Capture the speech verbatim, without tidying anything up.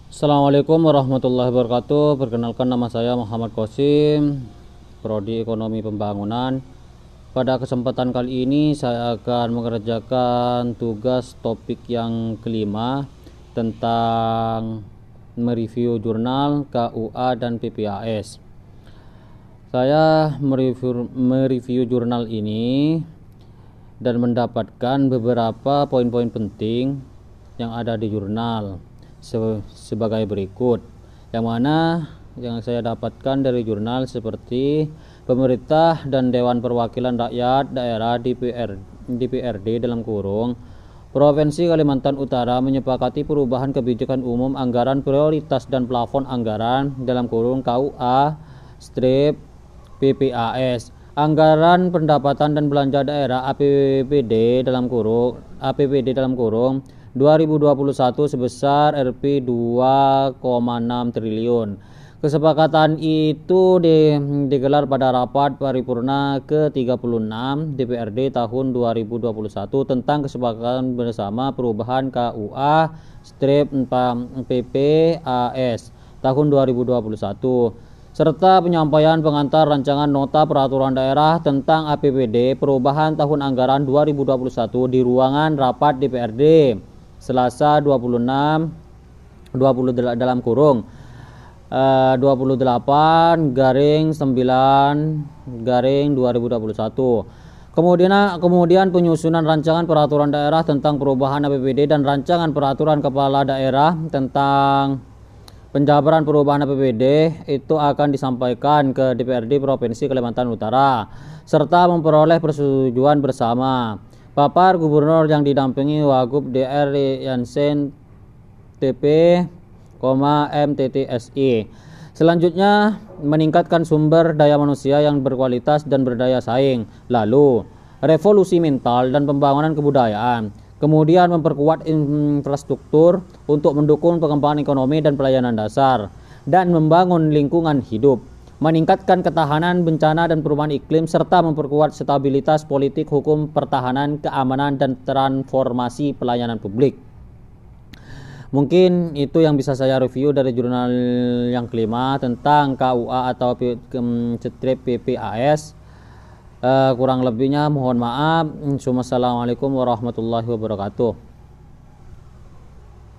Assalamualaikum warahmatullahi wabarakatuh. Perkenalkan, nama saya Muhammad Qasim, Prodi Ekonomi Pembangunan. Pada kesempatan kali ini saya akan mengerjakan tugas topik yang kelima tentang mereview jurnal, K U A dan P P A S. Saya mereview, mereview jurnal ini dan mendapatkan beberapa poin-poin penting yang ada di jurnal sebagai berikut, yang mana yang saya dapatkan dari jurnal seperti pemerintah dan Dewan Perwakilan Rakyat Daerah D P R, D P R D dalam kurung Provinsi Kalimantan Utara menyepakati perubahan kebijakan umum anggaran prioritas dan plafon anggaran dalam kurung K U A strip P P A S. Anggaran pendapatan dan belanja daerah A P B D dalam kurung A P B D dalam kurung dua ribu dua puluh satu sebesar Rp dua koma enam triliun. Kesepakatan itu di, digelar pada rapat paripurna ke tiga puluh enam D P R D tahun dua ribu dua puluh satu tentang kesepakatan bersama perubahan K U A strip P P A S tahun dua ribu dua puluh satu serta penyampaian pengantar rancangan nota peraturan daerah tentang A P B D perubahan tahun anggaran dua ribu dua puluh satu di ruangan rapat D P R D Selasa dua puluh enam dua puluh dalam kurung uh, dua puluh delapan garing sembilan garing dua ribu dua puluh satu. Kemudian kemudian penyusunan rancangan peraturan daerah tentang perubahan A P B D dan rancangan peraturan kepala daerah tentang penjabaran perubahan A P B D itu akan disampaikan ke D P R D Provinsi Kalimantan Utara serta memperoleh persetujuan bersama. Papar Gubernur yang didampingi Wagub D R Yansen T P, M T T S I. Selanjutnya, meningkatkan sumber daya manusia yang berkualitas dan berdaya saing. Lalu, revolusi mental dan pembangunan kebudayaan. Kemudian, memperkuat infrastruktur untuk mendukung pengembangan ekonomi dan pelayanan dasar dan membangun lingkungan hidup. Meningkatkan ketahanan bencana dan perubahan iklim serta memperkuat stabilitas politik, hukum, pertahanan, keamanan, dan transformasi pelayanan publik. Mungkin itu yang bisa saya review dari jurnal yang kelima tentang K U A atau strip P P A S. Uh, kurang lebihnya mohon maaf. Assalamualaikum warahmatullahi wabarakatuh.